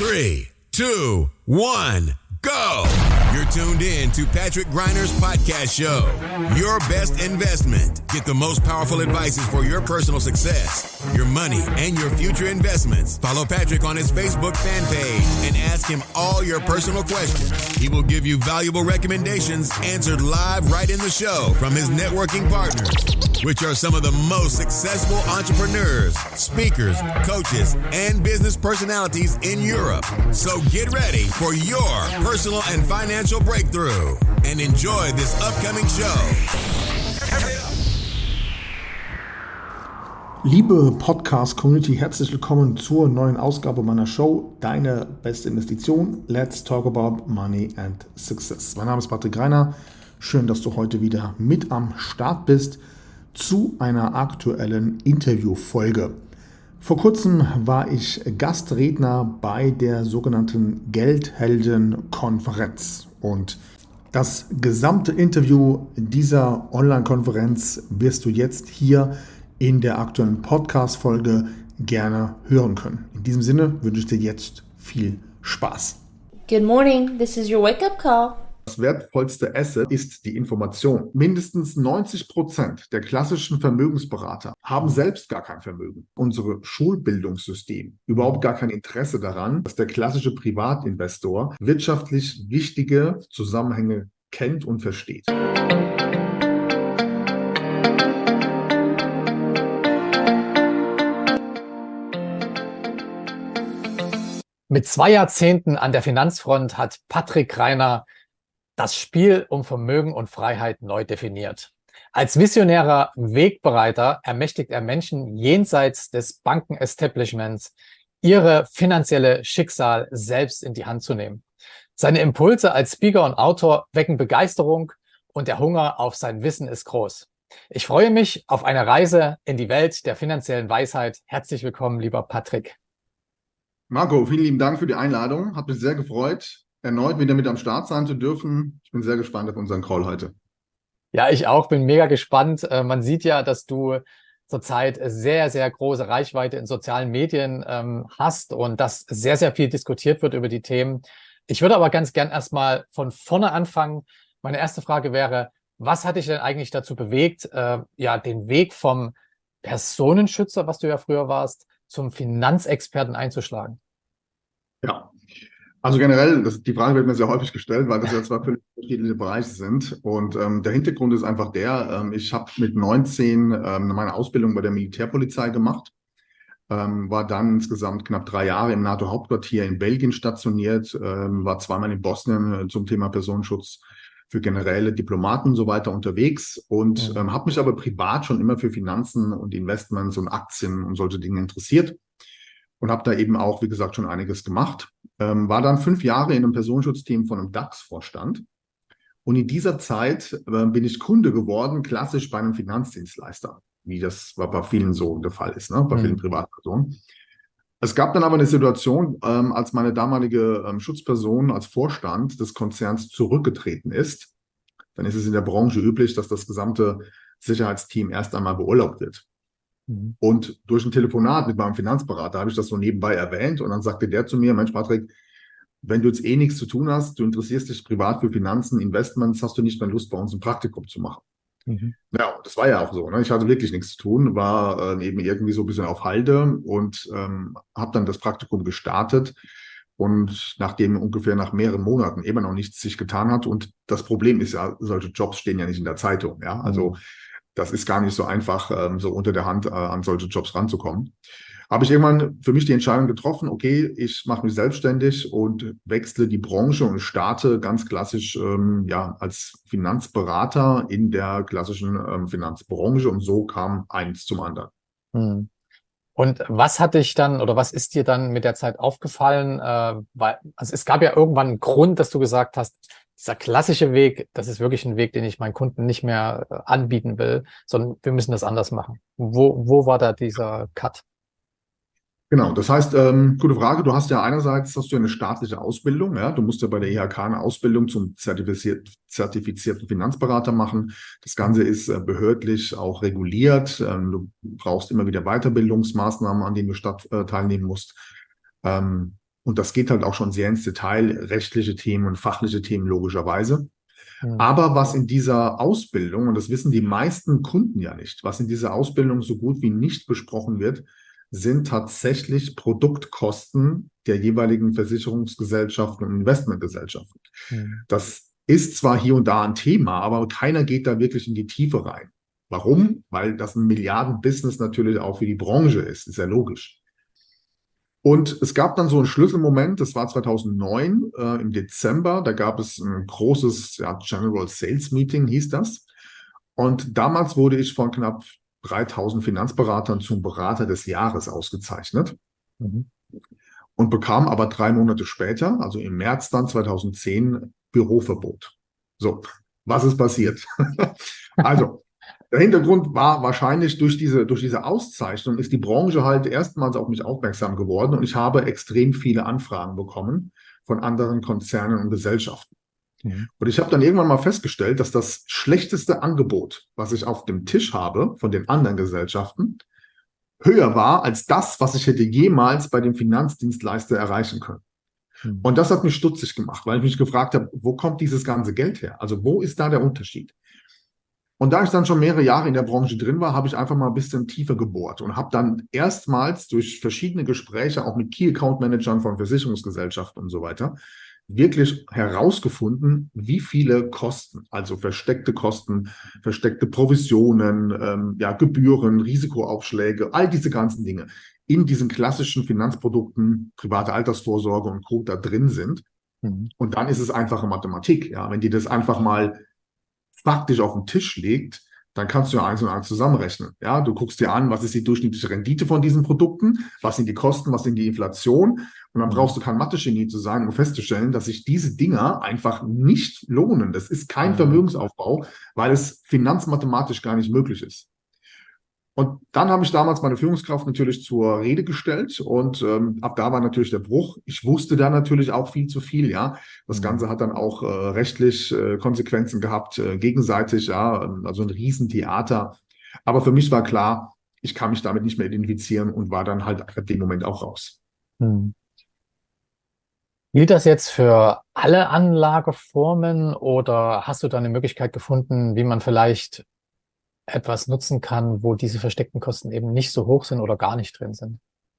3, 2, 1, go! You're tuned in to Patrick Greiner's podcast show. Your best investment. Get the most powerful advices for your personal success, your money, and your future investments. Follow Patrick on his Facebook fan page and ask him all your personal questions. He will give you valuable recommendations answered live right in the show from his networking partners, which are some of the most successful entrepreneurs, speakers, coaches, and business personalities in Europe. So get ready for your personal and financial breakthrough and enjoy this upcoming show. Liebe Podcast-Community, herzlich willkommen zur neuen Ausgabe meiner Show, Deine beste Investition. Let's talk about money and success. Mein Name ist Patrick Greiner. Schön, dass du heute wieder mit am Start bist zu einer aktuellen Interviewfolge. Vor kurzem war ich Gastredner bei der sogenannten Geldhelden-Konferenz. Und das gesamte Interview dieser Online-Konferenz wirst du jetzt hier in der aktuellen Podcast-Folge gerne hören können. In diesem Sinne wünsche ich dir jetzt viel Spaß. Good morning, this is your wake-up call. Das wertvollste Asset ist die Information. Mindestens 90% der klassischen Vermögensberater haben selbst gar kein Vermögen. Unsere Schulbildungssystem überhaupt gar kein Interesse daran, dass der klassische Privatinvestor wirtschaftlich wichtige Zusammenhänge kennt und versteht. Mit 2 Jahrzehnten an der Finanzfront hat Patrick Greiner das Spiel um Vermögen und Freiheit neu definiert. Als visionärer Wegbereiter ermächtigt er Menschen jenseits des Banken-Establishments, ihre finanzielle Schicksal selbst in die Hand zu nehmen. Seine Impulse als Speaker und Autor wecken Begeisterung und der Hunger auf sein Wissen ist groß. Ich freue mich auf eine Reise in die Welt der finanziellen Weisheit. Herzlich willkommen, lieber Patrick. Marco, vielen lieben Dank für die Einladung. Hat mich sehr gefreut, erneut wieder mit am Start sein zu dürfen. Ich bin sehr gespannt auf unseren Call heute. Ja, ich auch, bin mega gespannt. Man sieht ja, dass du zurzeit sehr, sehr große Reichweite in sozialen Medien hast und dass sehr, sehr viel diskutiert wird über die Themen. Ich würde aber ganz gern erstmal von vorne anfangen. Meine erste Frage wäre, was hat dich denn eigentlich dazu bewegt, den Weg vom Personenschützer, was du ja früher warst, zum Finanzexperten einzuschlagen? Ja, also generell, die Frage wird mir sehr häufig gestellt, weil das ja zwei völlig unterschiedliche Bereiche sind. Und der Hintergrund ist einfach der, ich habe mit 19 meine Ausbildung bei der Militärpolizei gemacht, war dann insgesamt knapp 3 Jahre im NATO-Hauptquartier in Belgien stationiert, war zweimal in Bosnien zum Thema Personenschutz für Generäle, Diplomaten und so weiter unterwegs und habe mich aber privat schon immer für Finanzen und Investments und Aktien und solche Dinge interessiert. Und habe da eben auch, wie gesagt, schon einiges gemacht. War dann 5 Jahre in einem Personenschutzteam von einem DAX-Vorstand. Und in dieser Zeit bin ich Kunde geworden, klassisch bei einem Finanzdienstleister, wie das bei vielen so der Fall ist, ne? Bei vielen Privatpersonen. Es gab dann aber eine Situation, als meine damalige Schutzperson als Vorstand des Konzerns zurückgetreten ist. Dann ist es in der Branche üblich, dass das gesamte Sicherheitsteam erst einmal beurlaubt wird. Und durch ein Telefonat mit meinem Finanzberater habe ich das so nebenbei erwähnt und dann sagte der zu mir, Mensch Patrick, wenn du jetzt nichts zu tun hast, du interessierst dich privat für Finanzen, Investments, hast du nicht mehr Lust, bei uns ein Praktikum zu machen. Ja, das war ja auch so, ne? Ich hatte wirklich nichts zu tun, war eben irgendwie so ein bisschen auf Halde und habe dann das Praktikum gestartet und nachdem ungefähr nach mehreren Monaten immer noch nichts sich getan hat und das Problem ist ja, solche Jobs stehen ja nicht in der Zeitung, ja, also das ist gar nicht so einfach, so unter der Hand an solche Jobs ranzukommen. Habe ich irgendwann für mich die Entscheidung getroffen, okay, ich mache mich selbstständig und wechsle die Branche und starte ganz klassisch als Finanzberater in der klassischen Finanzbranche und so kam eins zum anderen. Und was hat dich dann oder was ist dir dann mit der Zeit aufgefallen? Weil es gab ja irgendwann einen Grund, dass du gesagt hast, dieser klassische Weg, das ist wirklich ein Weg, den ich meinen Kunden nicht mehr anbieten will, sondern wir müssen das anders machen. Wo war da dieser Cut? Genau, das heißt, gute Frage. Du hast ja einerseits eine staatliche Ausbildung, ja, du musst ja bei der IHK eine Ausbildung zum zertifizierten Finanzberater machen. Das Ganze ist behördlich auch reguliert. Du brauchst immer wieder Weiterbildungsmaßnahmen, an denen du teilnehmen musst. Und das geht halt auch schon sehr ins Detail, rechtliche Themen und fachliche Themen logischerweise. Aber was in dieser Ausbildung, und das wissen die meisten Kunden ja nicht, was in dieser Ausbildung so gut wie nicht besprochen wird, sind tatsächlich Produktkosten der jeweiligen Versicherungsgesellschaften und Investmentgesellschaften. Das ist zwar hier und da ein Thema, aber keiner geht da wirklich in die Tiefe rein. Warum? Weil das ein Milliardenbusiness natürlich auch für die Branche ist ja logisch. Und es gab dann so einen Schlüsselmoment, das war 2009 im Dezember, da gab es ein großes General Sales Meeting, hieß das. Und damals wurde ich von knapp 3000 Finanzberatern zum Berater des Jahres ausgezeichnet und bekam aber 3 Monate später, also im März dann 2010, Büroverbot. So, was ist passiert? Also, der Hintergrund war wahrscheinlich durch diese Auszeichnung ist die Branche halt erstmals auf mich aufmerksam geworden und ich habe extrem viele Anfragen bekommen von anderen Konzernen und Gesellschaften. Und ich habe dann irgendwann mal festgestellt, dass das schlechteste Angebot, was ich auf dem Tisch habe von den anderen Gesellschaften, höher war als das, was ich hätte jemals bei dem Finanzdienstleister erreichen können. Und das hat mich stutzig gemacht, weil ich mich gefragt habe, wo kommt dieses ganze Geld her? Also wo ist da der Unterschied? Und da ich dann schon mehrere Jahre in der Branche drin war, habe ich einfach mal ein bisschen tiefer gebohrt und habe dann erstmals durch verschiedene Gespräche, auch mit Key-Account-Managern von Versicherungsgesellschaften und so weiter, wirklich herausgefunden, wie viele Kosten, also versteckte Kosten, versteckte Provisionen, Gebühren, Risikoaufschläge, all diese ganzen Dinge in diesen klassischen Finanzprodukten, private Altersvorsorge und Co. da drin sind. Und dann ist es einfache Mathematik. Ja, wenn die das einfach mal faktisch auf den Tisch legt, dann kannst du ja 1 und 1 zusammenrechnen. Ja, du guckst dir an, was ist die durchschnittliche Rendite von diesen Produkten, was sind die Kosten, was sind die Inflation, und dann brauchst du kein Mathe-Genie zu sein, um festzustellen, dass sich diese Dinger einfach nicht lohnen. Das ist kein Vermögensaufbau, weil es finanzmathematisch gar nicht möglich ist. Und dann habe ich damals meine Führungskraft natürlich zur Rede gestellt und ab da war natürlich der Bruch. Ich wusste da natürlich auch viel zu viel, ja. Das Ganze hat dann auch rechtlich Konsequenzen gehabt, gegenseitig, ja, also ein Riesentheater. Aber für mich war klar, ich kann mich damit nicht mehr identifizieren und war dann halt ab dem Moment auch raus. Gilt das jetzt für alle Anlageformen oder hast du da eine Möglichkeit gefunden, wie man vielleicht etwas nutzen kann, wo diese versteckten Kosten eben nicht so hoch sind oder gar nicht drin sind?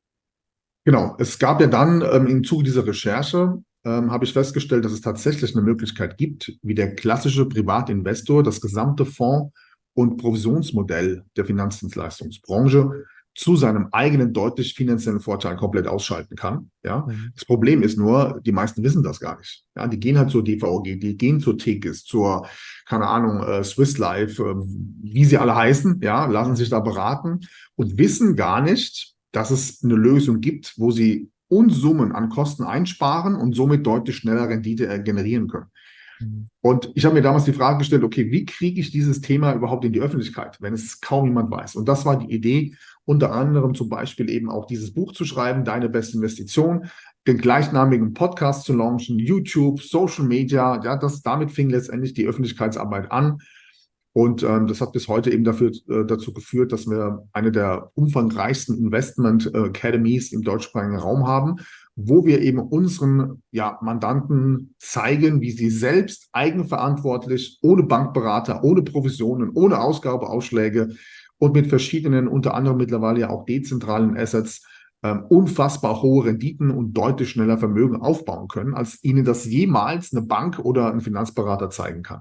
Genau, es gab ja dann im Zuge dieser Recherche, habe ich festgestellt, dass es tatsächlich eine Möglichkeit gibt, wie der klassische Privatinvestor das gesamte Fonds- und Provisionsmodell der Finanzdienstleistungsbranche zu seinem eigenen deutlich finanziellen Vorteil komplett ausschalten kann. Ja, das Problem ist nur, die meisten wissen das gar nicht. Ja, die gehen halt zur DVG, die gehen zur Tegis, zur, keine Ahnung, Swiss Life, wie sie alle heißen, ja, lassen sich da beraten und wissen gar nicht, dass es eine Lösung gibt, wo sie Unsummen an Kosten einsparen und somit deutlich schneller Rendite generieren können. Und ich habe mir damals die Frage gestellt, okay, wie kriege ich dieses Thema überhaupt in die Öffentlichkeit, wenn es kaum jemand weiß? Und das war die Idee, unter anderem zum Beispiel eben auch dieses Buch zu schreiben, Deine beste Investition, den gleichnamigen Podcast zu launchen, YouTube, Social Media, ja, damit fing letztendlich die Öffentlichkeitsarbeit an. Und das hat bis heute eben dazu geführt, dass wir eine der umfangreichsten Investment Academies im deutschsprachigen Raum haben, wo wir eben unseren Mandanten zeigen, wie sie selbst eigenverantwortlich, ohne Bankberater, ohne Provisionen, ohne Ausgabeausschläge und mit verschiedenen, unter anderem mittlerweile ja auch dezentralen Assets, unfassbar hohe Renditen und deutlich schneller Vermögen aufbauen können, als ihnen das jemals eine Bank oder ein Finanzberater zeigen kann.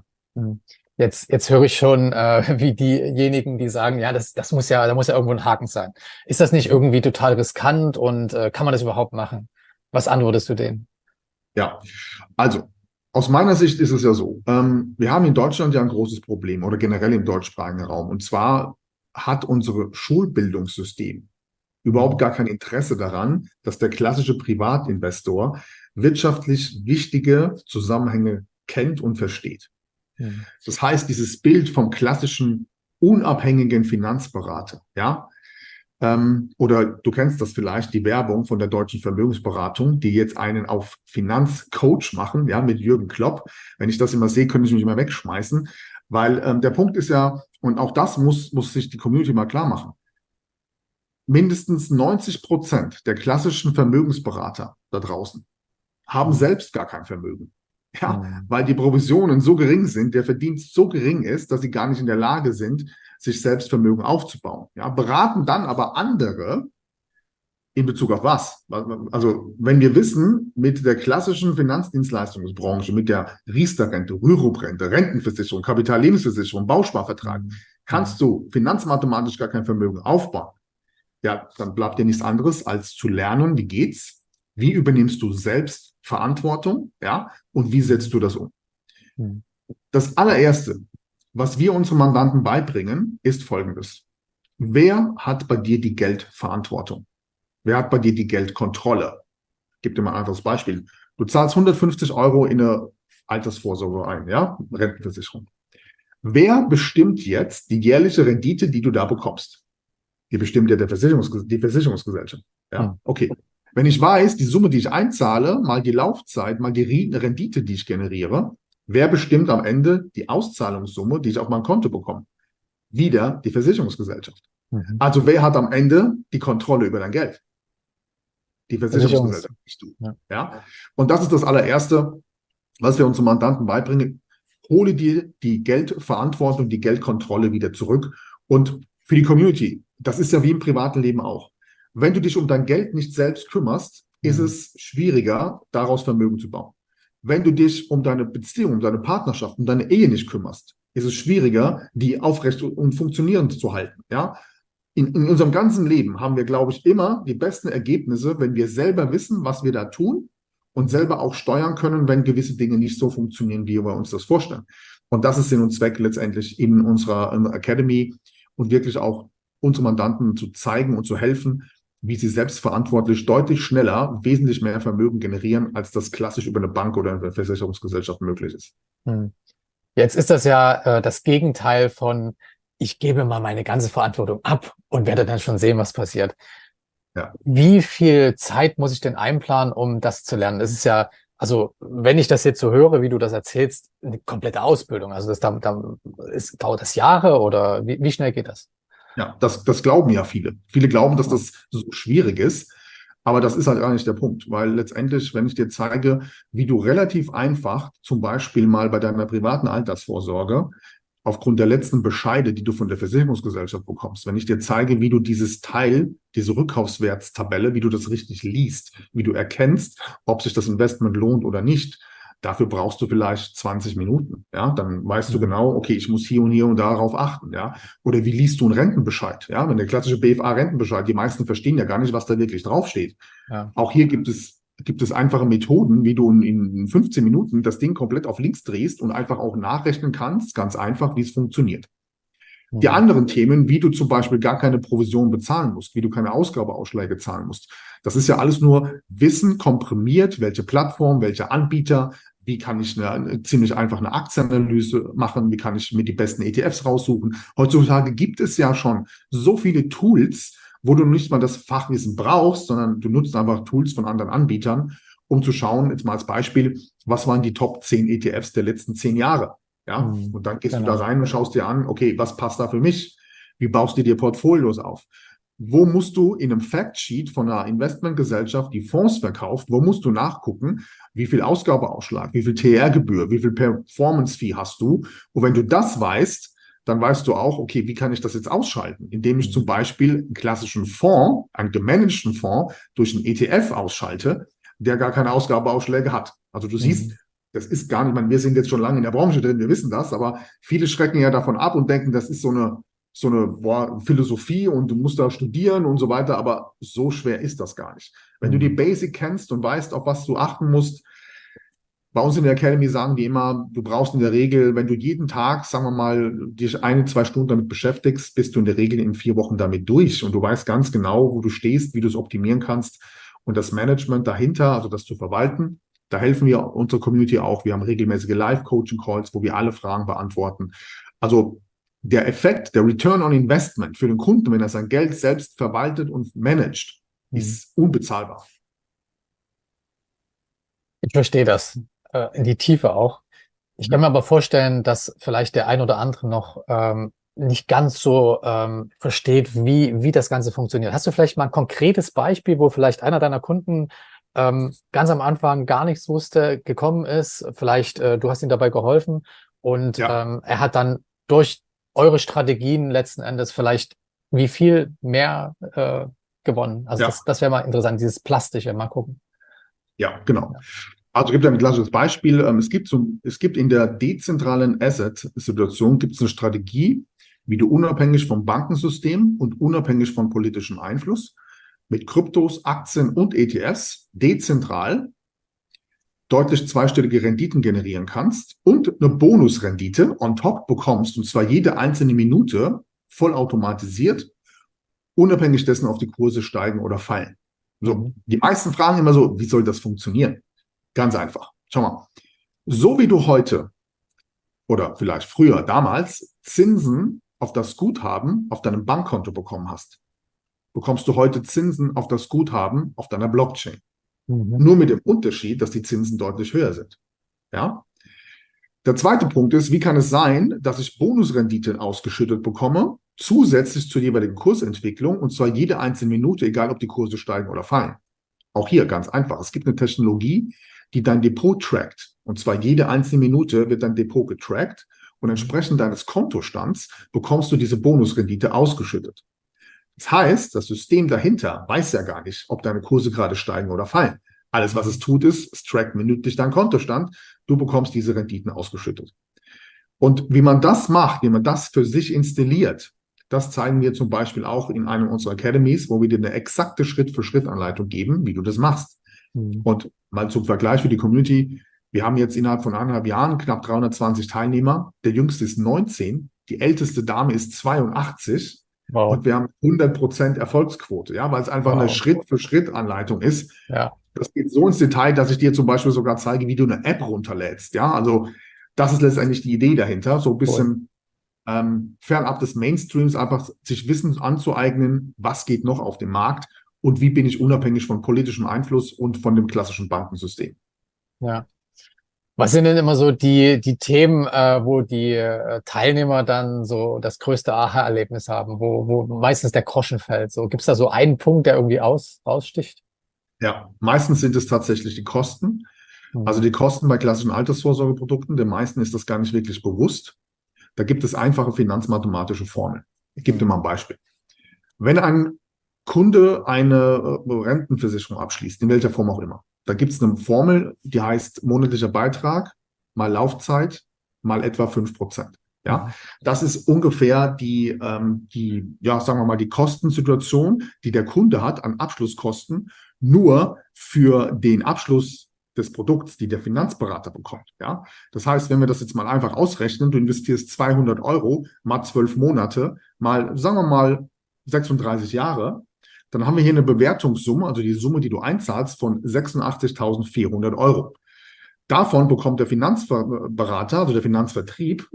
Jetzt höre ich schon, wie diejenigen, die sagen, ja, da muss ja irgendwo ein Haken sein. Ist das nicht irgendwie total riskant und kann man das überhaupt machen? Was antwortest du denen? Ja, also aus meiner Sicht ist es ja so, wir haben in Deutschland ja ein großes Problem oder generell im deutschsprachigen Raum. Und zwar hat unser Schulbildungssystem überhaupt gar kein Interesse daran, dass der klassische Privatinvestor wirtschaftlich wichtige Zusammenhänge kennt und versteht. Das heißt, dieses Bild vom klassischen unabhängigen Finanzberater, ja, oder du kennst das vielleicht, die Werbung von der Deutschen Vermögensberatung, die jetzt einen auf Finanzcoach machen, ja, mit Jürgen Klopp. Wenn ich das immer sehe, könnte ich mich immer wegschmeißen, weil der Punkt ist ja, und auch das muss sich die Community mal klar machen. mindestens 90% der klassischen Vermögensberater da draußen haben selbst gar kein Vermögen. Ja, weil die Provisionen so gering sind, der Verdienst so gering ist, dass sie gar nicht in der Lage sind, sich selbst Vermögen aufzubauen. Ja, beraten dann aber andere in Bezug auf was? Also, wenn wir wissen, mit der klassischen Finanzdienstleistungsbranche, mit der Riester-Rente, Rürup-Rente, Rentenversicherung, Kapitallebensversicherung, Bausparvertrag, kannst du finanzmathematisch gar kein Vermögen aufbauen. Ja, dann bleibt dir nichts anderes, als zu lernen, wie geht's, wie übernimmst du selbst Verantwortung, ja, und wie setzt du das um? Das allererste, was wir unseren Mandanten beibringen, ist Folgendes. Wer hat bei dir die Geldverantwortung? Wer hat bei dir die Geldkontrolle? Ich gebe dir mal ein einfaches Beispiel. Du zahlst 150 € in eine Altersvorsorge ein, ja, Rentenversicherung. Wer bestimmt jetzt die jährliche Rendite, die du da bekommst? Die bestimmt ja die Versicherungsgesellschaft. Ja, okay. Wenn ich weiß, die Summe, die ich einzahle, mal die Laufzeit, mal die Rendite, die ich generiere, wer bestimmt am Ende die Auszahlungssumme, die ich auf mein Konto bekomme? Wieder die Versicherungsgesellschaft. Also wer hat am Ende die Kontrolle über dein Geld? Die Versicherungsgesellschaft, nicht du. Ja? Und das ist das allererste, was wir unseren Mandanten beibringen. Hole dir die Geldverantwortung, die Geldkontrolle wieder zurück. Und für die Community, das ist ja wie im privaten Leben auch. Wenn du dich um dein Geld nicht selbst kümmerst, ist es schwieriger, daraus Vermögen zu bauen. Wenn du dich um deine Beziehung, um deine Partnerschaft, um deine Ehe nicht kümmerst, ist es schwieriger, die aufrecht und funktionierend zu halten. Ja? In unserem ganzen Leben haben wir, glaube ich, immer die besten Ergebnisse, wenn wir selber wissen, was wir da tun und selber auch steuern können, wenn gewisse Dinge nicht so funktionieren, wie wir uns das vorstellen. Und das ist Sinn und Zweck letztendlich in unserer Academy und wirklich auch unsere Mandanten zu zeigen und zu helfen, wie sie selbstverantwortlich deutlich schneller wesentlich mehr Vermögen generieren, als das klassisch über eine Bank oder eine Versicherungsgesellschaft möglich ist. Jetzt ist das ja das Gegenteil von, ich gebe mal meine ganze Verantwortung ab und werde dann schon sehen, was passiert. Ja. Wie viel Zeit muss ich denn einplanen, um das zu lernen? Es ist ja, also wenn ich das jetzt so höre, wie du das erzählst, eine komplette Ausbildung. Also dauert das Jahre oder wie schnell geht das? Ja, das glauben ja viele. Viele glauben, dass das so schwierig ist, aber das ist halt gar nicht der Punkt, weil letztendlich, wenn ich dir zeige, wie du relativ einfach zum Beispiel mal bei deiner privaten Altersvorsorge aufgrund der letzten Bescheide, die du von der Versicherungsgesellschaft bekommst, wenn ich dir zeige, wie du dieses Teil, diese Rückkaufswertstabelle, wie du das richtig liest, wie du erkennst, ob sich das Investment lohnt oder nicht, dafür brauchst du vielleicht 20 Minuten. Ja, dann weißt du genau, okay, ich muss hier und darauf achten. Ja, oder wie liest du einen Rentenbescheid? Ja, wenn der klassische BFA-Rentenbescheid, die meisten verstehen ja gar nicht, was da wirklich draufsteht. Ja. Auch hier gibt es einfache Methoden, wie du in 15 Minuten das Ding komplett auf links drehst und einfach auch nachrechnen kannst, ganz einfach, wie es funktioniert. Die anderen Themen, wie du zum Beispiel gar keine Provision bezahlen musst, wie du keine Ausgabeausschläge zahlen musst, das ist ja alles nur Wissen komprimiert, welche Plattform, welche Anbieter, wie kann ich ziemlich einfach eine Aktienanalyse machen, wie kann ich mir die besten ETFs raussuchen. Heutzutage gibt es ja schon so viele Tools, wo du nicht mal das Fachwissen brauchst, sondern du nutzt einfach Tools von anderen Anbietern, um zu schauen, jetzt mal als Beispiel, was waren die Top 10 ETFs der letzten 10 Jahre? Ja, und dann gehst du da rein und schaust dir an, okay, was passt da für mich? Wie baust du dir Portfolios auf? Wo musst du in einem Factsheet von einer Investmentgesellschaft, die Fonds verkauft, wo musst du nachgucken, wie viel Ausgabeausschlag, wie viel TR-Gebühr, wie viel Performance-Fee hast du? Und wenn du das weißt, dann weißt du auch, okay, wie kann ich das jetzt ausschalten? Indem ich zum Beispiel einen klassischen Fonds, einen gemanagten Fonds, durch einen ETF ausschalte, der gar keine Ausgabeausschläge hat. Also du siehst, das ist gar nicht, ich meine, wir sind jetzt schon lange in der Branche drin, wir wissen das, aber viele schrecken ja davon ab und denken, das ist so eine Philosophie und du musst da studieren und so weiter, aber so schwer ist das gar nicht. Wenn du die Basic kennst und weißt, auf was du achten musst, bei uns in der Academy sagen die immer, du brauchst in der Regel, wenn du jeden Tag, sagen wir mal, dich 1-2 Stunden damit beschäftigst, bist du in der Regel in 4 Wochen damit durch und du weißt ganz genau, wo du stehst, wie du es optimieren kannst und das Management dahinter, also das zu verwalten. Da helfen wir unserer Community auch. Wir haben regelmäßige Live-Coaching-Calls, wo wir alle Fragen beantworten. Also der Effekt, der Return on Investment für den Kunden, wenn er sein Geld selbst verwaltet und managt, ist unbezahlbar. Ich verstehe das in die Tiefe auch. Ich kann mir aber vorstellen, dass vielleicht der ein oder andere noch nicht ganz so versteht, wie das Ganze funktioniert. Hast du vielleicht mal ein konkretes Beispiel, wo vielleicht einer deiner Kunden ganz am Anfang gar nichts wusste, gekommen ist, vielleicht du hast ihm dabei geholfen und Ja, er hat dann durch eure Strategien letzten Endes vielleicht wie viel mehr gewonnen? Also ja, das wäre mal interessant, dieses Plastische, mal gucken. ja, genau. Ja. Also gibt ein klassisches Beispiel. Es gibt in der dezentralen Asset-Situation gibt es eine Strategie, wie du unabhängig vom Bankensystem und unabhängig von politischem Einfluss mit Kryptos, Aktien und ETFs dezentral deutlich zweistellige Renditen generieren kannst und eine Bonusrendite on top bekommst, und zwar jede einzelne Minute vollautomatisiert, unabhängig dessen, ob die Kurse steigen oder fallen. So, Mhm. die meisten fragen immer so, wie soll das funktionieren? Ganz einfach. Schau mal. So wie du heute oder vielleicht früher, damals, Zinsen auf das Guthaben auf deinem Bankkonto bekommen hast, bekommst du heute Zinsen auf das Guthaben auf deiner Blockchain. Mhm. Nur mit dem Unterschied, dass die Zinsen deutlich höher sind. Ja? Der zweite Punkt ist, wie kann es sein, dass ich Bonusrendite ausgeschüttet bekomme, zusätzlich zur jeweiligen Kursentwicklung, und zwar jede einzelne Minute, egal ob die Kurse steigen oder fallen. Auch hier ganz einfach. Es gibt eine Technologie, die dein Depot trackt. Und zwar jede einzelne Minute wird dein Depot getrackt und entsprechend deines Kontostands bekommst du diese Bonusrendite ausgeschüttet. Das heißt, das System dahinter weiß ja gar nicht, ob deine Kurse gerade steigen oder fallen. Alles, was es tut, ist, es trackt minütlich deinen Kontostand. Du bekommst diese Renditen ausgeschüttet. Und wie man das macht, wie man das für sich installiert, das zeigen wir zum Beispiel auch in einem unserer Academies, wo wir dir eine exakte Schritt-für-Schritt-Anleitung geben, wie du das machst. Mhm. Und mal zum Vergleich für die Community, wir haben jetzt innerhalb von 1,5 Jahren knapp 320 Teilnehmer. Der jüngste ist 19, die älteste Dame ist 82 Wow, und wir haben 100% Erfolgsquote, ja, weil es einfach eine wow, Schritt-für-Schritt-Anleitung ist. ja, Das geht so ins Detail, dass ich dir zum Beispiel sogar zeige, wie du eine App runterlädst. Ja, also das ist letztendlich die Idee dahinter, so ein cool. bisschen fernab des Mainstreams, einfach sich Wissen anzueignen, was geht noch auf dem Markt und wie bin ich unabhängig von politischem Einfluss und von dem klassischen Bankensystem. Ja. Was sind denn immer so die Themen, wo die Teilnehmer dann so das größte Aha-Erlebnis haben, wo meistens der Groschen fällt? So, gibt's da so einen Punkt, der irgendwie raussticht? Ja, meistens sind es tatsächlich die Kosten. Also Mhm. die Kosten bei klassischen Altersvorsorgeprodukten, den meisten ist das gar nicht wirklich bewusst. Da gibt es einfache finanzmathematische Formeln. Ich gebe dir Mhm. mal ein Beispiel. Wenn ein Kunde eine Rentenversicherung abschließt, in welcher Form auch immer, da gibt es eine Formel, die heißt monatlicher Beitrag mal Laufzeit mal etwa 5%. Ja, Mhm. das ist ungefähr ja, sagen wir mal, die Kostensituation, die der Kunde hat an Abschlusskosten, nur für den Abschluss des Produkts, die der Finanzberater bekommt. Ja, das heißt, wenn wir das jetzt mal einfach ausrechnen, du investierst 200 Euro mal 12 Monate, mal, sagen wir mal, 36 Jahre, dann haben wir hier eine Bewertungssumme, also die Summe, die du einzahlst, von 86.400 Euro. Davon bekommt der Finanzberater, also der Finanzvertrieb,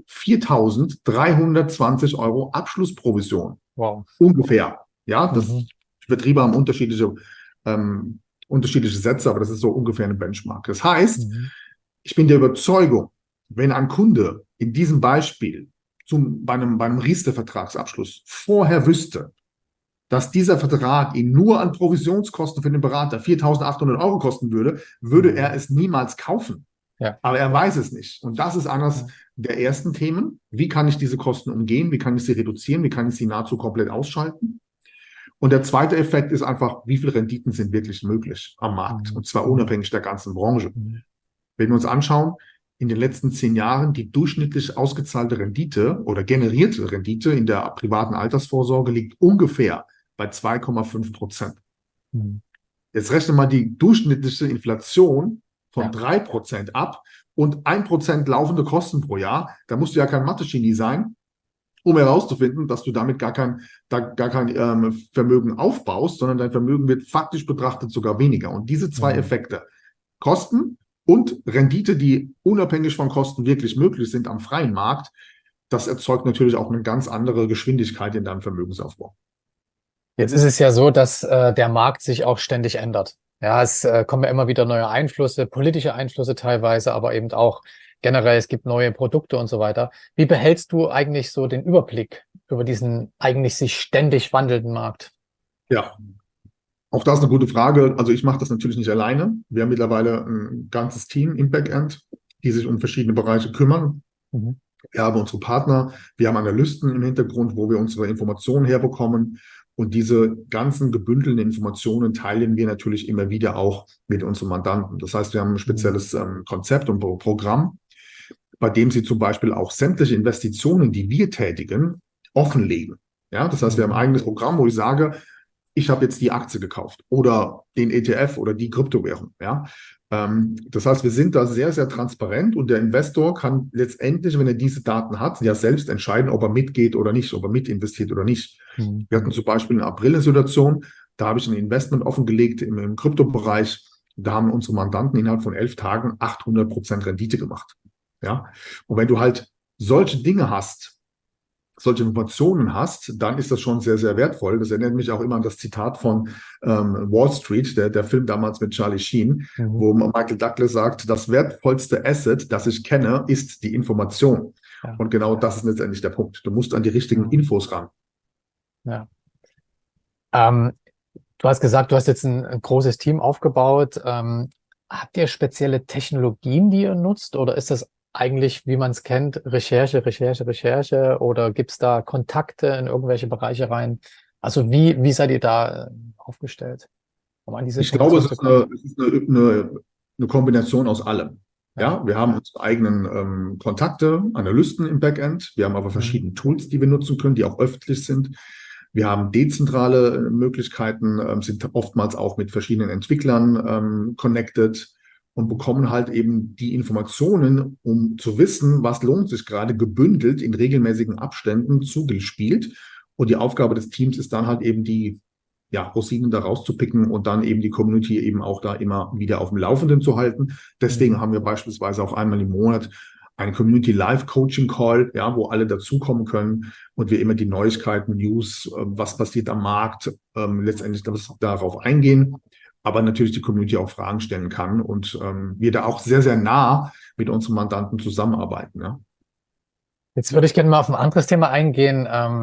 4.320 Euro Abschlussprovision. Wow. Ungefähr. Ja, Mhm. Vertriebe haben unterschiedliche Sätze, aber das ist so ungefähr eine Benchmark. Das heißt, Mhm. ich bin der Überzeugung, wenn ein Kunde in diesem Beispiel bei einem Riester-Vertragsabschluss vorher wüsste, dass dieser Vertrag ihn nur an Provisionskosten für den Berater 4.800 Euro kosten würde, würde Mhm. er es niemals kaufen. Ja. Aber er weiß es nicht. Und das ist eines Ja. der ersten Themen. Wie kann ich diese Kosten umgehen? Wie kann ich sie reduzieren? Wie kann ich sie nahezu komplett ausschalten? Und der zweite Effekt ist einfach, wie viele Renditen sind wirklich möglich am Markt? Mhm. Und zwar Mhm. unabhängig der ganzen Branche. Mhm. Wenn wir uns anschauen, in den letzten 10 Jahren die durchschnittlich ausgezahlte Rendite oder generierte Rendite in der privaten Altersvorsorge liegt ungefähr bei 2,5%. Mhm. Jetzt rechne mal die durchschnittliche Inflation von Ja. 3% ab und 1% laufende Kosten pro Jahr. Da musst du ja kein Mathe-Genie sein, um herauszufinden, dass du damit gar kein Vermögen aufbaust, sondern dein Vermögen wird faktisch betrachtet sogar weniger. Und diese zwei Mhm. Effekte, Kosten und Rendite, die unabhängig von Kosten wirklich möglich sind am freien Markt, das erzeugt natürlich auch eine ganz andere Geschwindigkeit in deinem Vermögensaufbau. Jetzt ist es ja so, dass der Markt sich auch ständig ändert. Ja, es kommen ja immer wieder neue Einflüsse, politische Einflüsse teilweise, aber eben auch generell, es gibt neue Produkte und so weiter. Wie behältst du eigentlich so den Überblick über diesen eigentlich sich ständig wandelnden Markt? Ja, auch das ist eine gute Frage. Also ich mache das natürlich nicht alleine. Wir haben mittlerweile ein ganzes Team im Backend, die sich um verschiedene Bereiche kümmern. Mhm. Wir haben unsere Partner, wir haben Analysten im Hintergrund, wo wir unsere Informationen herbekommen. Und diese ganzen gebündelten Informationen teilen wir natürlich immer wieder auch mit unseren Mandanten. Das heißt, wir haben ein spezielles Konzept und Programm, bei dem sie zum Beispiel auch sämtliche Investitionen, die wir tätigen, offenlegen. Ja, das heißt, wir haben ein eigenes Programm, wo ich sage, ich habe jetzt die Aktie gekauft oder den ETF oder die Kryptowährung. Ja, das heißt, wir sind da sehr, sehr transparent und der Investor kann letztendlich, wenn er diese Daten hat, ja selbst entscheiden, ob er mitgeht oder nicht, ob er mitinvestiert oder nicht. Wir hatten zum Beispiel in April eine Situation, da habe ich ein Investment offengelegt im Kryptobereich. Da haben unsere Mandanten innerhalb von 11 Tagen 800% Rendite gemacht. Ja, und wenn du halt solche Dinge hast, solche Informationen hast, dann ist das schon sehr, sehr wertvoll. Das erinnert mich auch immer an das Zitat von Wall Street, der Film damals mit Charlie Sheen, wo Michael Douglas sagt, das wertvollste Asset, das ich kenne, ist die Information. Ja. Und genau das ist letztendlich der Punkt. Du musst an die richtigen Infos ran. Ja. Du hast gesagt, du hast jetzt ein großes Team aufgebaut. Habt ihr spezielle Technologien, die ihr nutzt, oder ist das eigentlich, wie man es kennt, Recherche, oder gibt es da Kontakte in irgendwelche Bereiche rein? Also wie seid ihr da aufgestellt? Um an diese Ich glaube, es ist eine Kombination aus allem. Ja, wir haben unsere eigenen Kontakte, Analysten im Backend. Wir haben aber verschiedene Tools, die wir nutzen können, die auch öffentlich sind. Wir haben dezentrale Möglichkeiten, sind oftmals auch mit verschiedenen Entwicklern connected und bekommen halt eben die Informationen, um zu wissen, was lohnt sich gerade, gebündelt in regelmäßigen Abständen zugespielt. Und die Aufgabe des Teams ist dann halt eben die Rosinen da rauszupicken und dann eben die Community eben auch da immer wieder auf dem Laufenden zu halten. Deswegen haben wir beispielsweise auch einmal im Monat einen Community Live Coaching Call, ja, wo alle dazukommen können und wir immer die Neuigkeiten, News, was passiert am Markt, letztendlich darauf eingehen, aber natürlich die Community auch Fragen stellen kann und wir da auch sehr, sehr nah mit unseren Mandanten zusammenarbeiten. Ja. Jetzt würde ich gerne mal auf ein anderes Thema eingehen.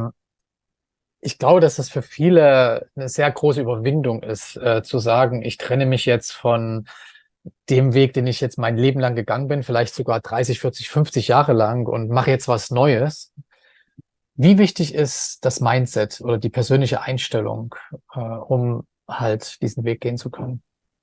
Ich glaube, dass das für viele eine sehr große Überwindung ist, zu sagen, ich trenne mich jetzt von dem Weg, den ich jetzt mein Leben lang gegangen bin, vielleicht sogar 30, 40, 50 Jahre lang und mache jetzt was Neues. Wie wichtig ist das Mindset oder die persönliche Einstellung, um halt diesen Weg gehen zu können?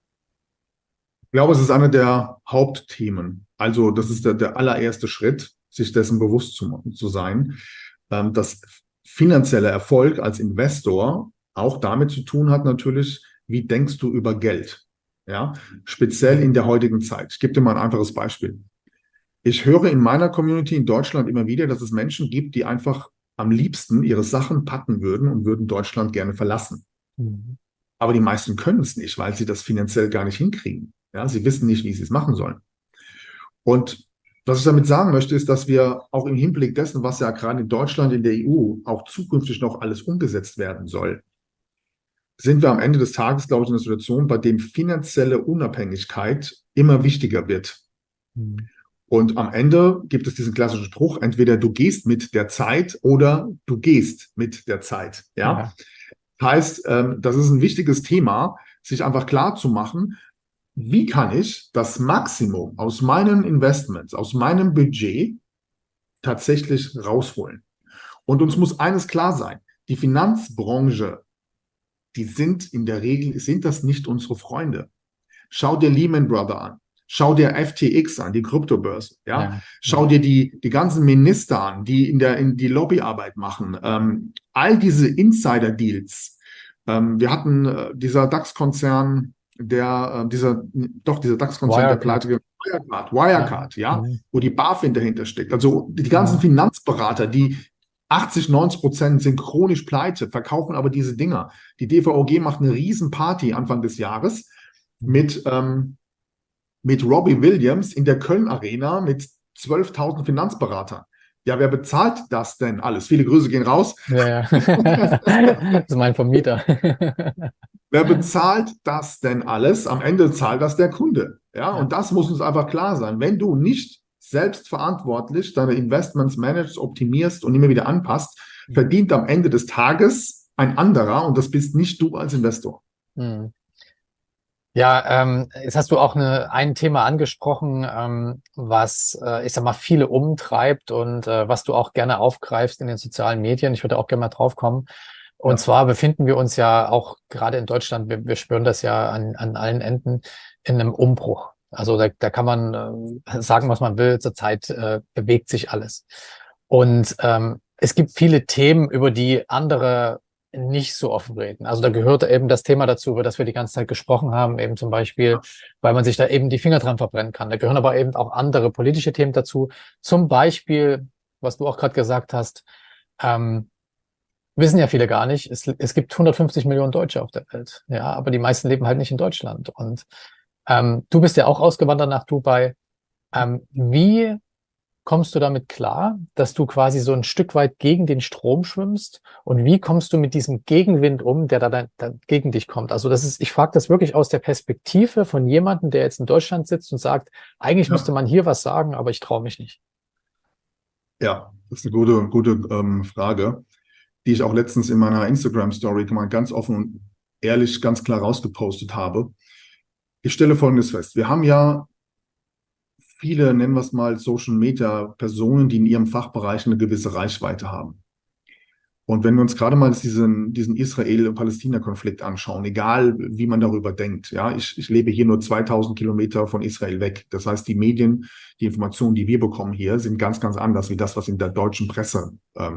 Ich glaube, es ist einer der Hauptthemen. Also das ist der allererste Schritt, sich dessen bewusst zu sein, dass finanzieller Erfolg als Investor auch damit zu tun hat natürlich, wie denkst du über Geld? Ja, speziell in der heutigen Zeit. Ich gebe dir mal ein einfaches Beispiel. Ich höre in meiner Community in Deutschland immer wieder, dass es Menschen gibt, die einfach am liebsten ihre Sachen packen würden und würden Deutschland gerne verlassen. Aber die meisten können es nicht, weil sie das finanziell gar nicht hinkriegen. Ja, sie wissen nicht, wie sie es machen sollen. Und was ich damit sagen möchte, ist, dass wir auch im Hinblick dessen, was ja gerade in Deutschland, in der EU auch zukünftig noch alles umgesetzt werden soll, sind wir am Ende des Tages, glaube ich, in einer Situation, bei dem finanzielle Unabhängigkeit immer wichtiger wird. Und am Ende gibt es diesen klassischen Spruch, entweder du gehst mit der Zeit oder du gehst mit der Zeit. Ja. Heißt, das ist ein wichtiges Thema, sich einfach klar zu machen, wie kann ich das Maximum aus meinen Investments, aus meinem Budget tatsächlich rausholen. Und uns muss eines klar sein, die Finanzbranche, die sind in der Regel, sind das nicht unsere Freunde. Schau dir Lehman Brothers an. Schau dir FTX an, die Kryptobörse. Ja? Schau dir die ganzen Minister an, die in die Lobbyarbeit machen. All diese Insider-Deals. Wir hatten dieser DAX-Konzern, dieser DAX-Konzern, der pleite Wirecard, ja, wo die BaFin dahinter steckt. Also die ganzen Finanzberater, die 80-90% sind chronisch pleite, verkaufen aber diese Dinger. Die DVOG macht eine Riesenparty Anfang des Jahres mit Robbie Williams in der Köln Arena mit 12.000 Finanzberatern. Ja, wer bezahlt das denn alles? Viele Grüße gehen raus. Ja. Das ist mein Vermieter. Wer bezahlt das denn alles? Am Ende zahlt das der Kunde. Ja, und das muss uns einfach klar sein. Wenn du nicht selbstverantwortlich deine Investments managst, optimierst und immer wieder anpasst, verdient am Ende des Tages ein anderer und das bist nicht du als Investor. Mhm. Ja, jetzt hast du auch ein Thema angesprochen, was, ich sag mal, viele umtreibt und was du auch gerne aufgreifst in den sozialen Medien. Ich würde auch gerne mal drauf kommen. Und zwar befinden wir uns ja auch gerade in Deutschland, wir spüren das ja an allen Enden, in einem Umbruch. Also da kann man sagen, was man will. Zurzeit bewegt sich alles. Und es gibt viele Themen, über die andere nicht so offen reden. Also da gehört eben das Thema dazu, über das wir die ganze Zeit gesprochen haben, eben zum Beispiel, weil man sich da eben die Finger dran verbrennen kann. Da gehören aber eben auch andere politische Themen dazu. Zum Beispiel, was du auch gerade gesagt hast, wissen ja viele gar nicht, es gibt 150 Millionen Deutsche auf der Welt. Ja, aber die meisten leben halt nicht in Deutschland. Und du bist ja auch ausgewandert nach Dubai. Wie kommst du damit klar, dass du quasi so ein Stück weit gegen den Strom schwimmst? Und wie kommst du mit diesem Gegenwind um, der da gegen dich kommt? Also ich frage das wirklich aus der Perspektive von jemandem, der jetzt in Deutschland sitzt und sagt, eigentlich müsste man hier was sagen, aber ich traue mich nicht. Ja, das ist eine gute Frage, die ich auch letztens in meiner Instagram-Story mal ganz offen und ehrlich, ganz klar rausgepostet habe. Ich stelle Folgendes fest. Wir haben ja viele, nennen wir es mal, Social-Media-Personen, die in ihrem Fachbereich eine gewisse Reichweite haben. Und wenn wir uns gerade mal diesen Israel-Palästina-Konflikt anschauen, egal wie man darüber denkt, ja, ich lebe hier nur 2000 Kilometer von Israel weg. Das heißt, die Medien, die Informationen, die wir bekommen hier, sind ganz, ganz anders wie das, was in der deutschen Presse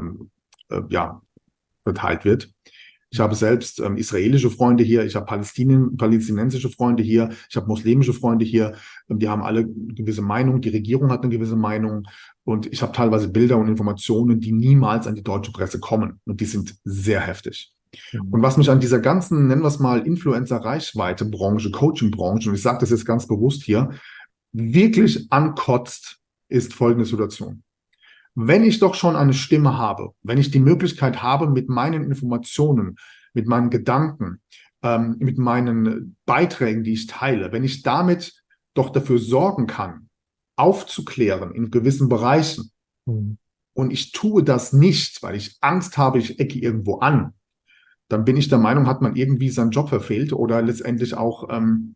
verteilt wird. Ich habe selbst israelische Freunde hier, ich habe palästinensische Freunde hier, ich habe muslimische Freunde hier. Die haben alle eine gewisse Meinung, die Regierung hat eine gewisse Meinung und ich habe teilweise Bilder und Informationen, die niemals an die deutsche Presse kommen und die sind sehr heftig. Und was mich an dieser ganzen, nennen wir es mal, Influencer-Reichweite-Branche, Coaching-Branche, und ich sage das jetzt ganz bewusst hier, wirklich ankotzt, ist folgende Situation. Wenn ich doch schon eine Stimme habe, wenn ich die Möglichkeit habe, mit meinen Informationen, mit meinen Gedanken, mit meinen Beiträgen, die ich teile, wenn ich damit doch dafür sorgen kann, aufzuklären in gewissen Bereichen, und ich tue das nicht, weil ich Angst habe, ich ecke irgendwo an, dann bin ich der Meinung, hat man irgendwie seinen Job verfehlt oder letztendlich auch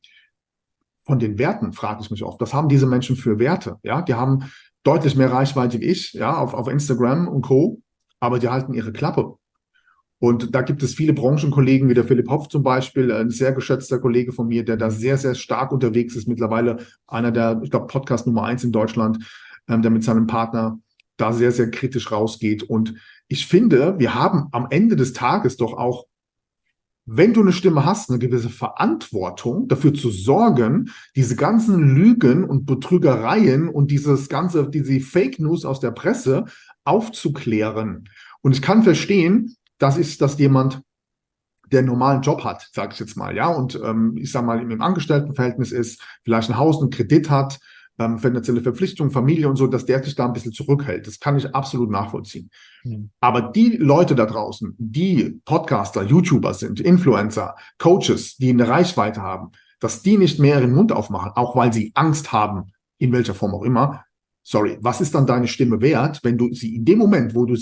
von den Werten, frage ich mich oft. Was haben diese Menschen für Werte? Ja, die haben deutlich mehr Reichweite wie ich, ja, auf Instagram und Co., aber die halten ihre Klappe. Und da gibt es viele Branchenkollegen, wie der Philipp Hoff zum Beispiel, ein sehr geschätzter Kollege von mir, der da sehr, sehr stark unterwegs ist, mittlerweile einer der, ich glaube, Podcast Nummer 1 in Deutschland, der mit seinem Partner da sehr, sehr kritisch rausgeht. Und ich finde, wir haben am Ende des Tages doch auch, wenn du eine Stimme hast, eine gewisse Verantwortung dafür zu sorgen, diese ganzen Lügen und Betrügereien und diese Fake News aus der Presse aufzuklären. Und ich kann verstehen, dass jemand, der einen normalen Job hat, sage ich jetzt mal, ja, und ich sage mal, im Angestelltenverhältnis ist, vielleicht ein Haus, einen Kredit hat, finanzielle Verpflichtungen, Familie und so, dass der sich da ein bisschen zurückhält. Das kann ich absolut nachvollziehen. Aber die Leute da draußen, die Podcaster, YouTuber sind, Influencer, Coaches, die eine Reichweite haben, dass die nicht mehr ihren Mund aufmachen, auch weil sie Angst haben, in welcher Form auch immer. Sorry, was ist dann deine Stimme wert, wenn du sie in dem Moment, wo du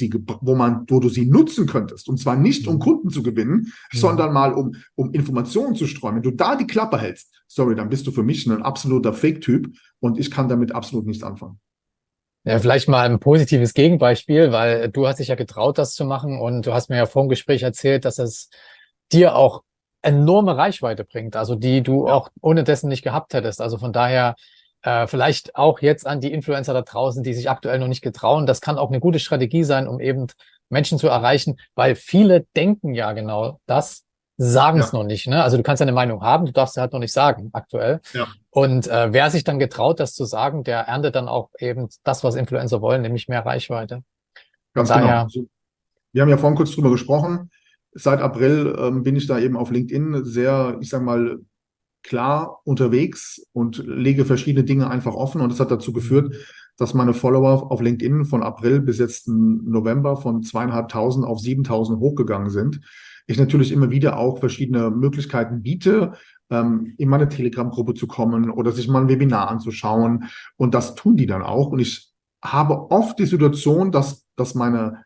sie nutzen könntest, und zwar nicht um Kunden zu gewinnen, sondern mal um Informationen zu streuen, wenn du da die Klappe hältst, sorry, dann bist du für mich ein absoluter Fake-Typ und ich kann damit absolut nichts anfangen. Ja, vielleicht mal ein positives Gegenbeispiel, weil du hast dich ja getraut, das zu machen und du hast mir ja vor dem Gespräch erzählt, dass es dir auch enorme Reichweite bringt, also die du auch ohne dessen nicht gehabt hättest. Also von daher vielleicht auch jetzt an die Influencer da draußen, die sich aktuell noch nicht getrauen. Das kann auch eine gute Strategie sein, um eben Menschen zu erreichen, weil viele denken ja genau das, sagen es noch nicht. Ne? Also du kannst ja eine Meinung haben, du darfst sie halt noch nicht sagen aktuell. Ja. Und wer sich dann getraut, das zu sagen, der erntet dann auch eben das, was Influencer wollen, nämlich mehr Reichweite. Ganz genau. Wir haben ja vorhin kurz drüber gesprochen. Seit April bin ich da eben auf LinkedIn sehr, ich sag mal, klar unterwegs und lege verschiedene Dinge einfach offen. Und das hat dazu geführt, dass meine Follower auf LinkedIn von April bis jetzt November von 2.500 auf 7.000 hochgegangen sind. Ich natürlich immer wieder auch verschiedene Möglichkeiten biete, in meine Telegram-Gruppe zu kommen oder sich mal ein Webinar anzuschauen. Und das tun die dann auch. Und ich habe oft die Situation, dass meine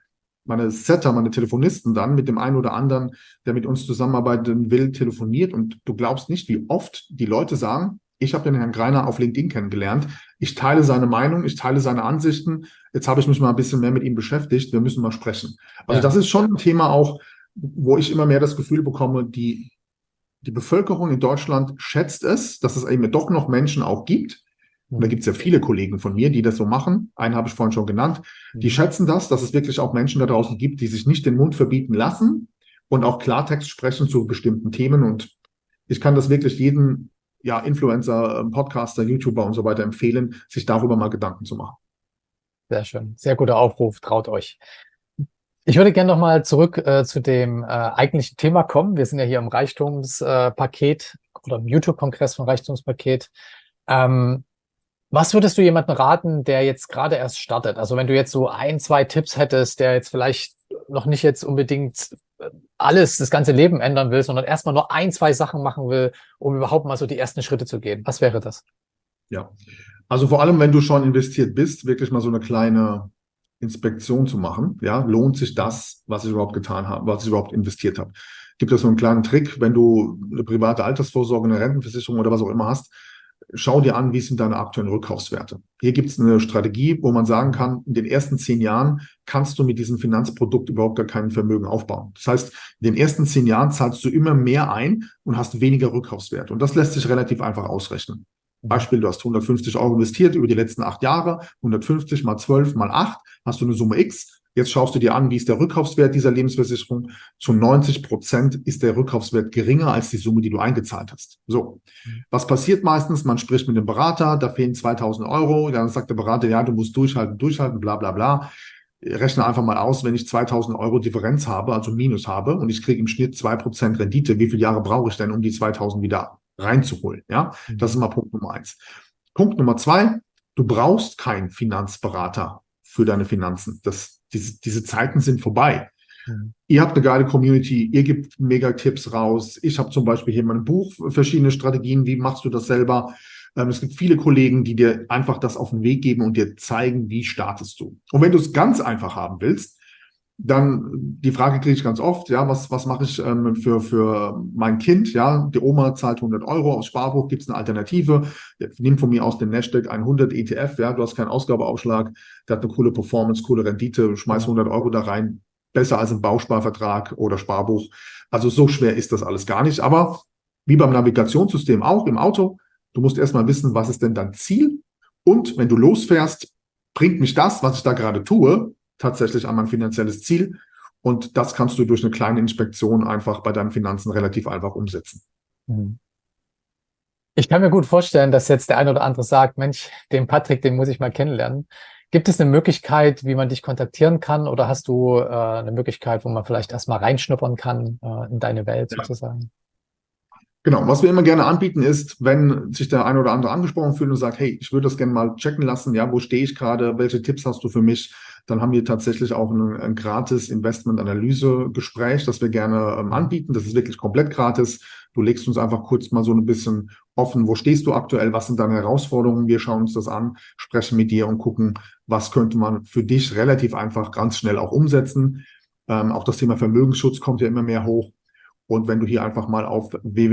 meine Telefonisten dann mit dem einen oder anderen, der mit uns zusammenarbeiten will, telefoniert und du glaubst nicht, wie oft die Leute sagen, ich habe den Herrn Greiner auf LinkedIn kennengelernt, ich teile seine Meinung, ich teile seine Ansichten, jetzt habe ich mich mal ein bisschen mehr mit ihm beschäftigt, wir müssen mal sprechen. Also das ist schon ein Thema auch, wo ich immer mehr das Gefühl bekomme, die Bevölkerung in Deutschland schätzt es, dass es eben doch noch Menschen auch gibt. Und da gibt es ja viele Kollegen von mir, die das so machen. Einen habe ich vorhin schon genannt. Die schätzen das, dass es wirklich auch Menschen da draußen gibt, die sich nicht den Mund verbieten lassen und auch Klartext sprechen zu bestimmten Themen. Und ich kann das wirklich jedem Influencer, Podcaster, YouTuber und so weiter empfehlen, sich darüber mal Gedanken zu machen. Sehr schön. Sehr guter Aufruf. Traut euch. Ich würde gerne nochmal zurück zu dem eigentlichen Thema kommen. Wir sind ja hier im Reichtumspaket oder im YouTube-Kongress von Reichtumspaket. Was würdest du jemandem raten, der jetzt gerade erst startet? Also wenn du jetzt so 1, 2 Tipps hättest, der jetzt vielleicht noch nicht jetzt unbedingt das ganze Leben ändern will, sondern erstmal nur 1, 2 Sachen machen will, um überhaupt mal so die ersten Schritte zu gehen. Was wäre das? Ja, also vor allem, wenn du schon investiert bist, wirklich mal so eine kleine Inspektion zu machen. Ja, lohnt sich das, was ich überhaupt getan habe, was ich überhaupt investiert habe? Gibt es so einen kleinen Trick, wenn du eine private Altersvorsorge, eine Rentenversicherung oder was auch immer hast, schau dir an, wie sind deine aktuellen Rückkaufswerte. Hier gibt es eine Strategie, wo man sagen kann, in den ersten 10 Jahren kannst du mit diesem Finanzprodukt überhaupt gar kein Vermögen aufbauen. Das heißt, in den ersten 10 Jahren zahlst du immer mehr ein und hast weniger Rückkaufswert. Und das lässt sich relativ einfach ausrechnen. Beispiel, du hast 150 € investiert über die letzten 8 Jahre, 150 mal 12 mal 8, hast du eine Summe X. Jetzt schaust du dir an, wie ist der Rückkaufswert dieser Lebensversicherung. Zu 90% ist der Rückkaufswert geringer als die Summe, die du eingezahlt hast. So, was passiert meistens? Man spricht mit dem Berater, da fehlen 2.000 €. Dann sagt der Berater, ja, du musst durchhalten, bla bla bla. Rechne einfach mal aus, wenn ich 2.000 € Differenz habe, also Minus habe, und ich kriege im Schnitt 2% Rendite, wie viele Jahre brauche ich denn, um die 2.000 wieder reinzuholen? Ja, das ist mal Punkt Nummer 1. Punkt Nummer 2, du brauchst keinen Finanzberater für deine Finanzen. Diese Zeiten sind vorbei. Ihr habt eine geile Community, ihr gebt mega Tipps raus. Ich habe zum Beispiel hier in meinem Buch verschiedene Strategien, wie machst du das selber? Es gibt viele Kollegen, die dir einfach das auf den Weg geben und dir zeigen, wie startest du. Und wenn du es ganz einfach haben willst, dann die Frage kriege ich ganz oft, ja, was mache ich für mein Kind? Ja, die Oma zahlt 100 € aufs Sparbuch, gibt es eine Alternative? Nimm von mir aus den Nasdaq 100 ETF, ja, du hast keinen Ausgabeaufschlag, der hat eine coole Performance, coole Rendite, schmeiß 100 € da rein, besser als ein Bausparvertrag oder Sparbuch. Also so schwer ist das alles gar nicht, aber wie beim Navigationssystem auch im Auto, du musst erstmal wissen, was ist denn dein Ziel? Und wenn du losfährst, bringt mich das, was ich da gerade tue, tatsächlich an mein finanzielles Ziel. Und das kannst du durch eine kleine Inspektion einfach bei deinen Finanzen relativ einfach umsetzen. Ich kann mir gut vorstellen, dass jetzt der eine oder andere sagt, Mensch, den Patrick, den muss ich mal kennenlernen. Gibt es eine Möglichkeit, wie man dich kontaktieren kann? Oder hast du eine Möglichkeit, wo man vielleicht erstmal reinschnuppern kann in deine Welt sozusagen? Genau, was wir immer gerne anbieten ist, wenn sich der eine oder andere angesprochen fühlt und sagt, hey, ich würde das gerne mal checken lassen, ja, wo stehe ich gerade, welche Tipps hast du für mich? Dann haben wir tatsächlich auch ein gratis Investment-Analyse-Gespräch, das wir gerne anbieten. Das ist wirklich komplett gratis. Du legst uns einfach kurz mal so ein bisschen offen, wo stehst du aktuell, was sind deine Herausforderungen? Wir schauen uns das an, sprechen mit dir und gucken, was könnte man für dich relativ einfach ganz schnell auch umsetzen. Auch das Thema Vermögensschutz kommt ja immer mehr hoch. Und wenn du hier einfach mal auf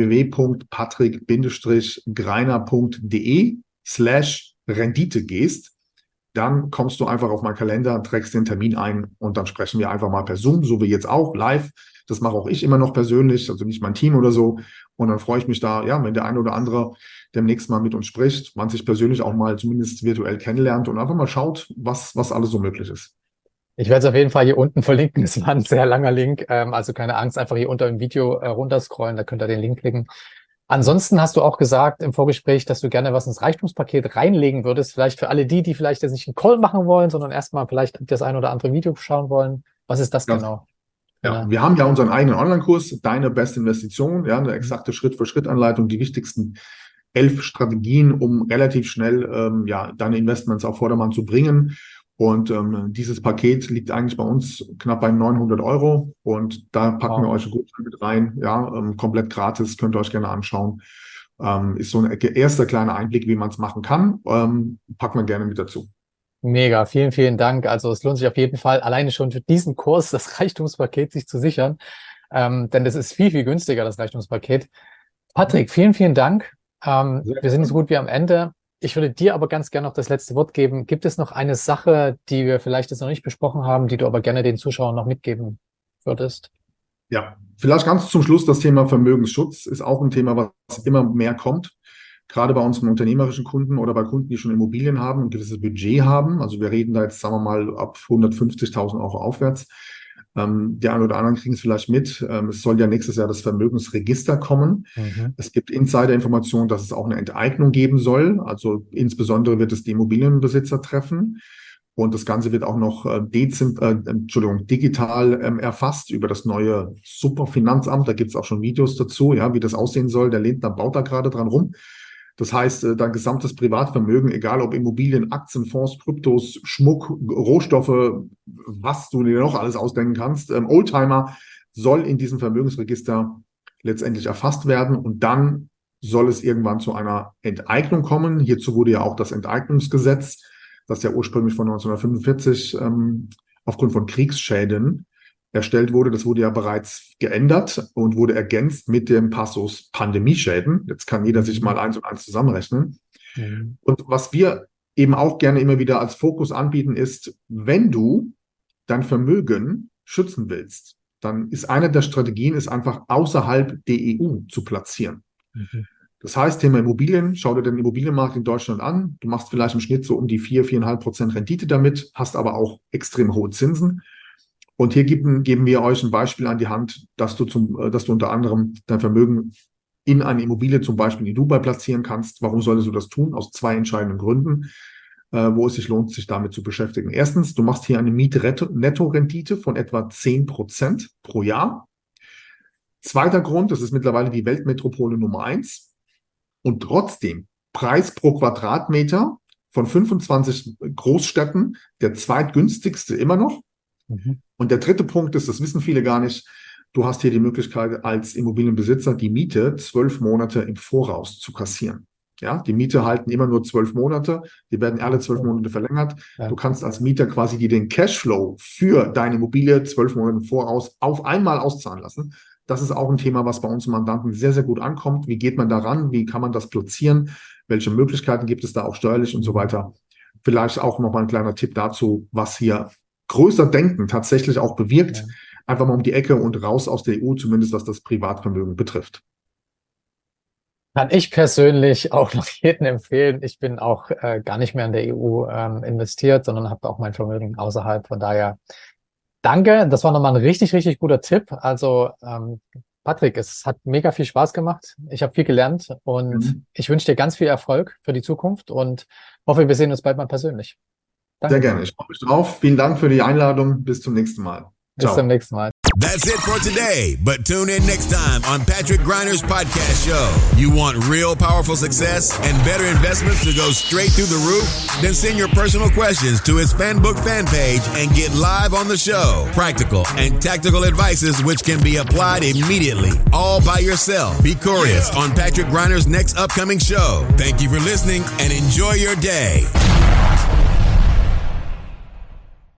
www.patrick-greiner.de/Rendite gehst, dann kommst du einfach auf meinen Kalender, trägst den Termin ein und dann sprechen wir einfach mal per Zoom, so wie jetzt auch, live. Das mache auch ich immer noch persönlich, also nicht mein Team oder so. Und dann freue ich mich da, ja, wenn der eine oder andere demnächst mal mit uns spricht, man sich persönlich auch mal zumindest virtuell kennenlernt und einfach mal schaut, was alles so möglich ist. Ich werde es auf jeden Fall hier unten verlinken. Das war ein sehr langer Link. Also keine Angst, einfach hier unter dem Video runterscrollen, da könnt ihr den Link klicken. Ansonsten hast du auch gesagt im Vorgespräch, dass du gerne was ins Reichtumspaket reinlegen würdest. Vielleicht für alle die vielleicht jetzt nicht einen Call machen wollen, sondern erstmal vielleicht das ein oder andere Video schauen wollen. Was ist das genau? Ja, wir haben ja unseren eigenen Online-Kurs, Deine beste Investition, ja, eine exakte Schritt-für-Schritt-Anleitung, die wichtigsten 11 Strategien, um relativ schnell deine Investments auf Vordermann zu bringen. Und dieses Paket liegt eigentlich bei uns knapp bei 900 € und da packen wir euch einen Gutschein mit rein, ja, komplett gratis, könnt ihr euch gerne anschauen. Ist so ein erster kleiner Einblick, wie man es machen kann, packen wir gerne mit dazu. Mega, vielen, vielen Dank. Also es lohnt sich auf jeden Fall, alleine schon für diesen Kurs das Reichtumspaket sich zu sichern, denn das ist viel, viel günstiger, das Reichtumspaket. Patrick, vielen, vielen Dank. Wir sind so gut wie am Ende. Ich würde dir aber ganz gerne noch das letzte Wort geben. Gibt es noch eine Sache, die wir vielleicht jetzt noch nicht besprochen haben, die du aber gerne den Zuschauern noch mitgeben würdest? Ja, vielleicht ganz zum Schluss das Thema Vermögensschutz ist auch ein Thema, was immer mehr kommt. Gerade bei unseren unternehmerischen Kunden oder bei Kunden, die schon Immobilien haben, ein gewisses Budget haben. Also wir reden da jetzt, sagen wir mal, ab 150.000 Euro aufwärts. Die einen oder anderen kriegen es vielleicht mit. Es soll ja nächstes Jahr das Vermögensregister kommen. Es gibt Insider-Informationen, dass es auch eine Enteignung geben soll. Also insbesondere wird es die Immobilienbesitzer treffen. Und das Ganze wird auch noch digital erfasst über das neue Superfinanzamt. Da gibt es auch schon Videos dazu, ja, wie das aussehen soll. Der Lindner baut da gerade dran rum. Das heißt, dein gesamtes Privatvermögen, egal ob Immobilien, Aktien, Fonds, Kryptos, Schmuck, Rohstoffe, was du dir noch alles ausdenken kannst, Oldtimer, soll in diesem Vermögensregister letztendlich erfasst werden. Und dann soll es irgendwann zu einer Enteignung kommen. Hierzu wurde ja auch das Enteignungsgesetz, das ja ursprünglich von 1945 aufgrund von Kriegsschäden erstellt wurde. Das wurde ja bereits geändert und wurde ergänzt mit dem Passus Pandemieschäden. Jetzt kann jeder sich mal 1 und 1 zusammenrechnen. Und was wir eben auch gerne immer wieder als Fokus anbieten ist, wenn du dein Vermögen schützen willst, dann ist eine der Strategien, ist einfach außerhalb der EU zu platzieren. Das heißt, Thema Immobilien, schau dir den Immobilienmarkt in Deutschland an. Du machst vielleicht im Schnitt so um die 4,5% Rendite damit, hast aber auch extrem hohe Zinsen. Und hier geben wir euch ein Beispiel an die Hand, dass du unter anderem dein Vermögen in eine Immobilie, zum Beispiel in Dubai, platzieren kannst. Warum solltest du das tun? Aus 2 entscheidenden Gründen, wo es sich lohnt, sich damit zu beschäftigen. Erstens, du machst hier eine Miet-Netto-Rendite von etwa 10% pro Jahr. Zweiter Grund, das ist mittlerweile die Weltmetropole Nummer 1. Und trotzdem Preis pro Quadratmeter von 25 Großstädten der zweitgünstigste immer noch. Und der dritte Punkt ist, das wissen viele gar nicht, du hast hier die Möglichkeit als Immobilienbesitzer die Miete 12 Monate im Voraus zu kassieren. Ja, die Miete halten immer nur 12 Monate, die werden alle 12 Monate verlängert. Ja. Du kannst als Mieter quasi dir den Cashflow für deine Immobilie 12 Monate im Voraus auf einmal auszahlen lassen. Das ist auch ein Thema, was bei unseren Mandanten sehr, sehr gut ankommt. Wie geht man daran? Wie kann man das platzieren? Welche Möglichkeiten gibt es da auch steuerlich und so weiter? Vielleicht auch nochmal ein kleiner Tipp dazu, was hier größer Denken tatsächlich auch bewirkt. Ja. Einfach mal um die Ecke und raus aus der EU, zumindest was das Privatvermögen betrifft. Kann ich persönlich auch noch jedem empfehlen. Ich bin auch gar nicht mehr in der EU investiert, sondern habe auch mein Vermögen außerhalb. Von daher danke. Das war nochmal ein richtig, richtig guter Tipp. Also Patrick, es hat mega viel Spaß gemacht. Ich habe viel gelernt und ich wünsche dir ganz viel Erfolg für die Zukunft und hoffe, wir sehen uns bald mal persönlich. Danke. Sehr gerne. Ich freue mich drauf. Vielen Dank für die Einladung. Bis zum nächsten Mal. Bis zum nächsten Mal. That's it for today, but tune in next time on Patrick Griner's podcast show. You want real powerful success and better investments to go straight through the roof? Then send your personal questions to his FanBook fan page and get live on the show. Practical and tactical advices which can be applied immediately, all by yourself. Be curious on Patrick Griner's next upcoming show. Thank you for listening and enjoy your day.